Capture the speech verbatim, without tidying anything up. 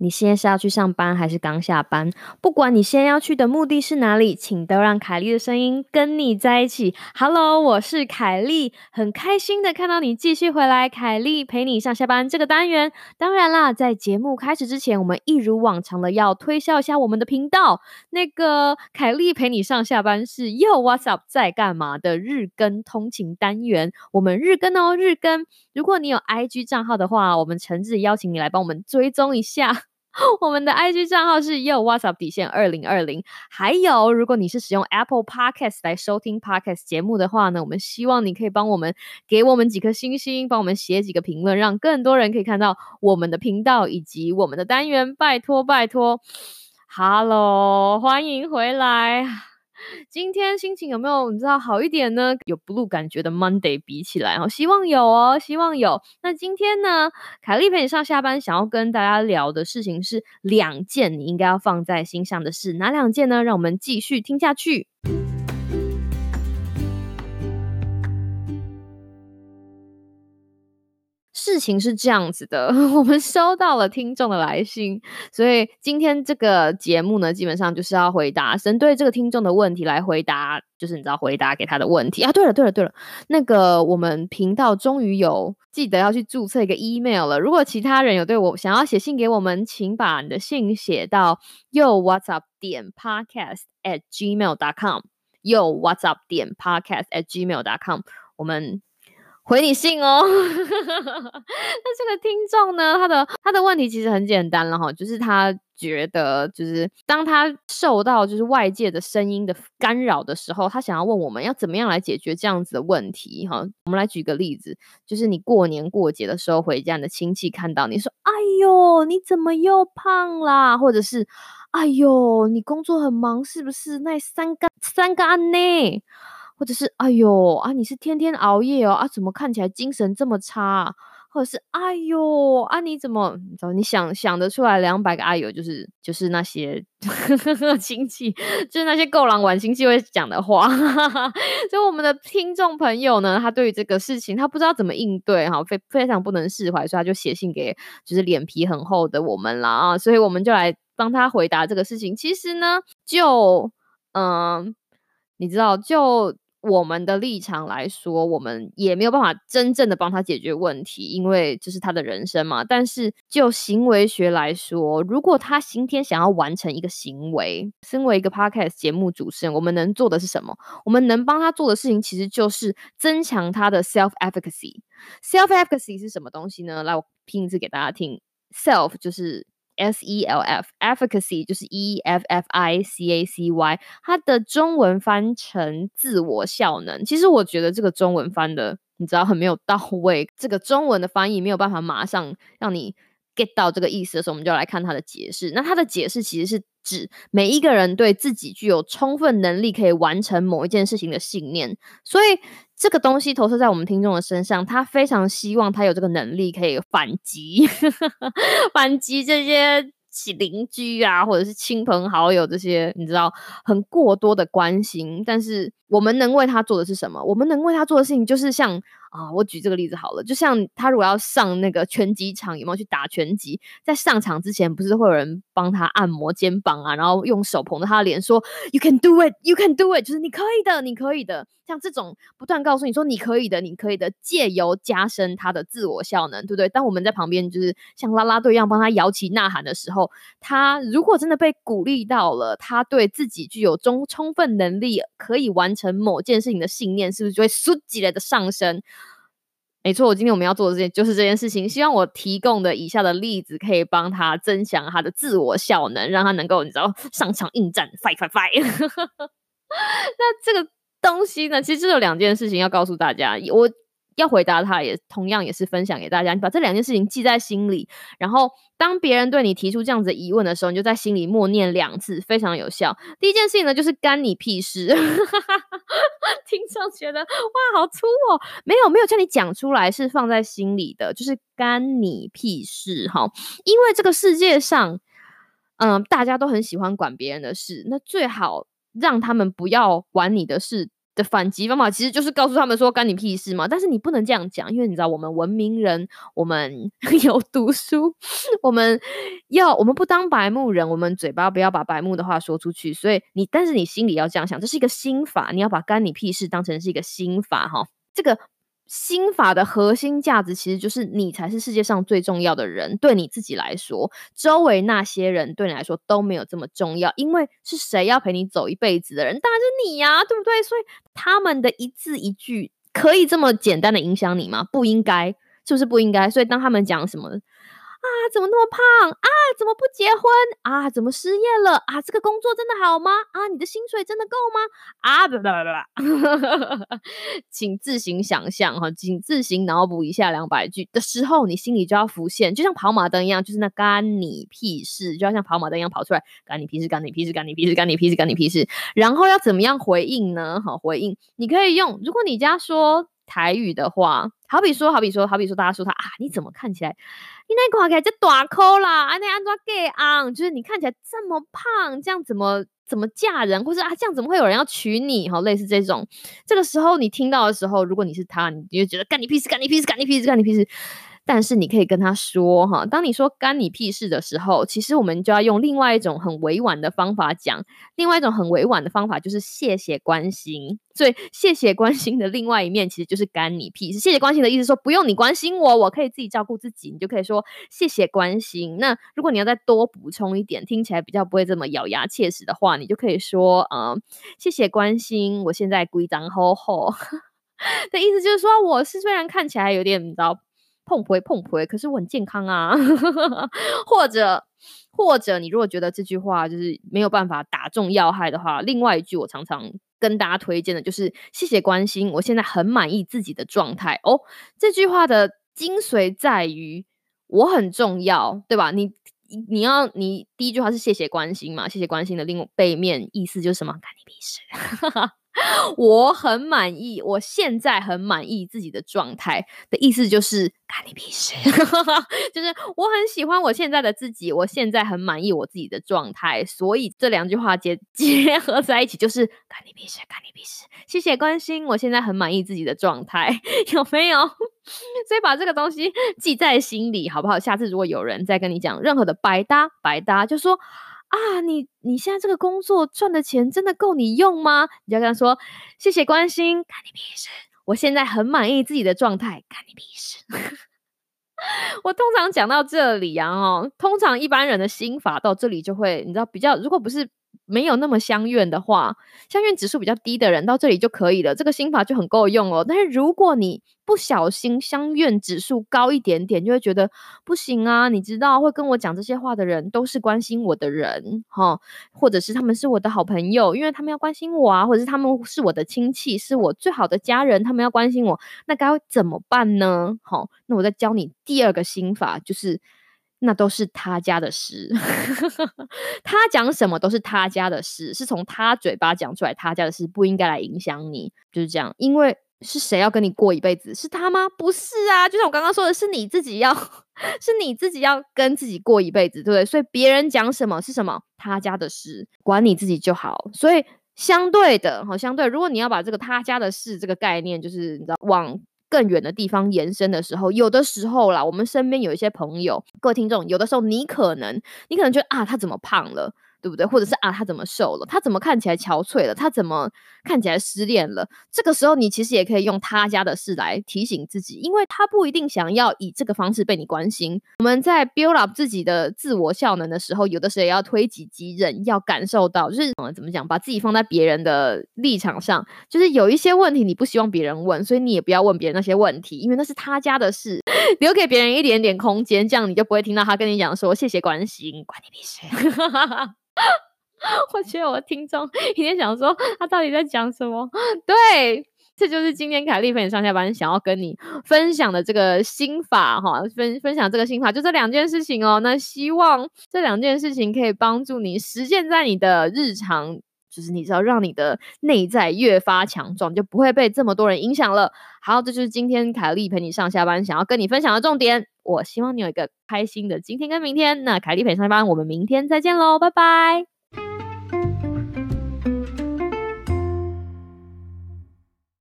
你现在是要去上班还是刚下班？不管你现在要去的目的是哪里，请都让凯莉的声音跟你在一起。Hello， 我是凯莉，很开心的看到你继续回来。凯莉陪你上下班这个单元，当然啦，在节目开始之前，我们一如往常的要推销一下我们的频道。那个凯莉陪你上下班是 Yo What's Up 在干嘛的日更通勤单元，我们日更哦，日更。如果你有 I G 账号的话，我们诚挚邀请你来帮我们追踪一下。我们的 I G 账号是 Yo What's Up 底线二零二零。还有，如果你是使用 Apple Podcast 来收听 Podcast 节目的话呢，我们希望你可以帮我们给我们几颗星星，帮我们写几个评论，让更多人可以看到我们的频道以及我们的单元。拜托拜托。Hello， 欢迎回来。今天心情有没有你知道好一点呢？有 blue 感觉的 Monday 比起来，希望有哦，希望有。那今天呢，凯莉陪你上下班想要跟大家聊的事情是两件你应该要放在心上的事，哪两件呢？让我们继续听下去。事情是这样子的，我们收到了听众的来信，所以今天这个节目呢，基本上就是要回答针对这个听众的问题来回答，就是你知道回答给他的问题啊。对了对了对了，那个我们频道终于有记得要去注册一个 email 了，如果其他人有对我想要写信给我们，请把你的信写到 yo what's up 点 podcast at gmail dot com yo what's up 点 podcast at gmail dot com 我们回你信哦。那这个听众呢，他的他的问题其实很简单了哈，就是他觉得就是当他受到就是外界的声音的干扰的时候，他想要问我们要怎么样来解决这样子的问题哈。我们来举个例子，就是你过年过节的时候回家，你的亲戚看到你说哎呦你怎么又胖啦，或者是哎呦你工作很忙是不是，那三个三个安呢，或者是哎呦啊你是天天熬夜哦啊怎么看起来精神这么差啊，或者是哎呦啊你怎么你知道你想想得出来两百个哎呦，就是就是那些亲戚，就是那些够狼玩亲戚会讲的话。所以我们的听众朋友呢，他对于这个事情他不知道怎么应对哈，非非常不能释怀，所以他就写信给就是脸皮很厚的我们啦啊，所以我们就来帮他回答这个事情。其实呢就嗯、呃、你知道就我们的立场来说，我们也没有办法真正的帮他解决问题，因为这是他的人生嘛。但是就行为学来说，如果他今天想要完成一个行为，身为一个 podcast 节目主持人，我们能做的是什么？我们能帮他做的事情其实就是增强他的 self efficacy。 self efficacy 是什么东西呢？来我拼一次给大家听。 self 就是S E L F efficacy 就是 E F F I C A C Y， 它的中文翻成自我效能。其实我觉得这个中文翻的你知道很没有到位，这个中文的翻译没有办法马上让你 get 到这个意思的时候，我们就来看它的解释。那它的解释其实是指每一个人对自己具有充分能力可以完成某一件事情的信念，所以这个东西投射在我们听众的身上，他非常希望他有这个能力可以反击反击这些邻居啊或者是亲朋好友这些你知道很过多的关心。但是我们能为他做的是什么？我们能为他做的事情就是像啊，我举这个例子好了，就像他如果要上那个拳击场，有没有去打拳击，在上场之前不是会有人帮他按摩肩膀啊，然后用手捧着他的脸说 You can do it, you can do it， 就是你可以的你可以的，像这种不断告诉你说你可以的你可以的，借由加深他的自我效能，对不对？当我们在旁边就是像啦啦队一样帮他摇旗呐喊的时候，他如果真的被鼓励到了，他对自己具有中充分能力可以完成某件事情的信念，是不是就会嗖起来的上升？没错，我今天我们要做的这件就是这件事情。希望我提供的以下的例子可以帮他增强他的自我效能，让他能够你知道上场应战 fight fight fight。 那这个东西呢，其实就有两件事情要告诉大家，我要回答他也同样也是分享给大家，你把这两件事情记在心里，然后当别人对你提出这样子的疑问的时候，你就在心里默念两次，非常有效。第一件事情呢就是干你屁事。听众觉得哇好粗哦，没有没有叫你讲出来，是放在心里的，就是干你屁事齁。因为这个世界上嗯、呃，大家都很喜欢管别人的事，那最好让他们不要管你的事的反击方法其实就是告诉他们说干你屁事嘛，但是你不能这样讲，因为你知道我们文明人，我们有读书，我们要我们不当白目人，我们嘴巴不要把白目的话说出去，所以你但是你心里要这样想，这是一个心法，你要把干你屁事当成是一个心法齁。这个心法的核心价值其实就是你才是世界上最重要的人，对你自己来说，周围那些人对你来说都没有这么重要，因为是谁要陪你走一辈子的人？当然是你呀，对不对？所以他们的一字一句可以这么简单的影响你吗？不应该，是不是不应该？所以当他们讲什么啊，怎么那么胖啊？怎么不结婚啊？怎么失业了啊？这个工作真的好吗？啊，你的薪水真的够吗？啊，不不不不，请自行想象哈，请自行脑补一下两百句的时候，你心里就要浮现，就像跑马灯一样，就是那干你屁事，就要像跑马灯一样跑出来，干你屁事，干你屁事，干你屁事，干你屁事，干你屁事。然后要怎么样回应呢？好，回应你可以用，如果你家说台语的话，好比说，好比说，好比说，大家说他啊，你怎么看起来，你那看起来这大口啦，啊，那安怎给昂，就是你看起来这么胖，这样怎么怎么嫁人，或是啊，这样怎么会有人要娶你？好，类似这种，这个时候你听到的时候，如果你是他，你就觉得干你屁事，干你屁事，干你屁事，干你屁事。但是你可以跟他说哈，当你说干你屁事的时候，其实我们就要用另外一种很委婉的方法讲，另外一种很委婉的方法就是谢谢关心。所以谢谢关心的另外一面其实就是干你屁事。谢谢关心的意思说不用你关心我，我可以自己照顾自己，你就可以说谢谢关心。那如果你要再多补充一点，听起来比较不会这么咬牙切齿的话，你就可以说呃，谢谢关心，我现在规张好好的意思就是说，我是虽然看起来有点你知道碰不会碰不会，可是我很健康啊或者或者你如果觉得这句话就是没有办法打中要害的话，另外一句我常常跟大家推荐的就是谢谢关心，我现在很满意自己的状态哦。这句话的精髓在于我很重要，对吧？你你要你第一句话是谢谢关心嘛，谢谢关心的另背面意思就是什么？干你屁事我很满意，我现在很满意自己的状态的意思就是干你屁事就是我很喜欢我现在的自己，我现在很满意我自己的状态，所以这两句话结结合在一起就是干你屁事，干你屁事，谢谢关心，我现在很满意自己的状态有没有？所以把这个东西记在心里好不好？下次如果有人再跟你讲任何的白搭白搭，就说啊，你你现在这个工作赚的钱真的够你用吗？你就跟他说谢谢关心，干你屁事，我现在很满意自己的状态，干你屁事我通常讲到这里啊齁，通常一般人的心法到这里就会你知道比较，如果不是没有那么相怨的话，相怨指数比较低的人到这里就可以了，这个心法就很够用了。但是如果你不小心相怨指数高一点点，就会觉得不行啊，你知道会跟我讲这些话的人都是关心我的人齁，或者是他们是我的好朋友，因为他们要关心我啊，或者是他们是我的亲戚，是我最好的家人，他们要关心我，那该怎么办呢？齁，那我再教你第二个心法，就是那都是他家的事他讲什么都是他家的事，是从他嘴巴讲出来他家的事，不应该来影响你，就是这样。因为是谁要跟你过一辈子？是他吗？不是啊，就像我刚刚说的，是你自己要是你自己要跟自己过一辈子，对不对？所以别人讲什么是什么他家的事，管你自己就好。所以相对的好，相对如果你要把这个他家的事这个概念就是你知道往更远的地方延伸的时候，有的时候啦，我们身边有一些朋友，各位听众，有的时候你可能你可能觉得啊他怎么胖了，对不对？或者是啊他怎么瘦了，他怎么看起来憔悴了，他怎么看起来失恋了，这个时候你其实也可以用他家的事来提醒自己，因为他不一定想要以这个方式被你关心。我们在 build up 自己的自我效能的时候，有的时候也要推己及人，要感受到就是呃怎么讲，把自己放在别人的立场上，就是有一些问题你不希望别人问，所以你也不要问别人那些问题，因为那是他家的事留给别人一点点空间，这样你就不会听到他跟你讲说谢谢关心，关你屁事我觉得我的听众一定想说他到底在讲什么。对，这就是今天凯莉陪你上下班想要跟你分享的这个心法哈，分分享这个心法就这两件事情哦。那希望这两件事情可以帮助你实践在你的日常，就是你知道让你的内在越发强壮，就不会被这么多人影响了。好，这就是今天凯莉陪你上下班想要跟你分享的重点。我希望你有一个开心的今天跟明天。那凯莉陪你上下班，我们明天再见咯，拜拜。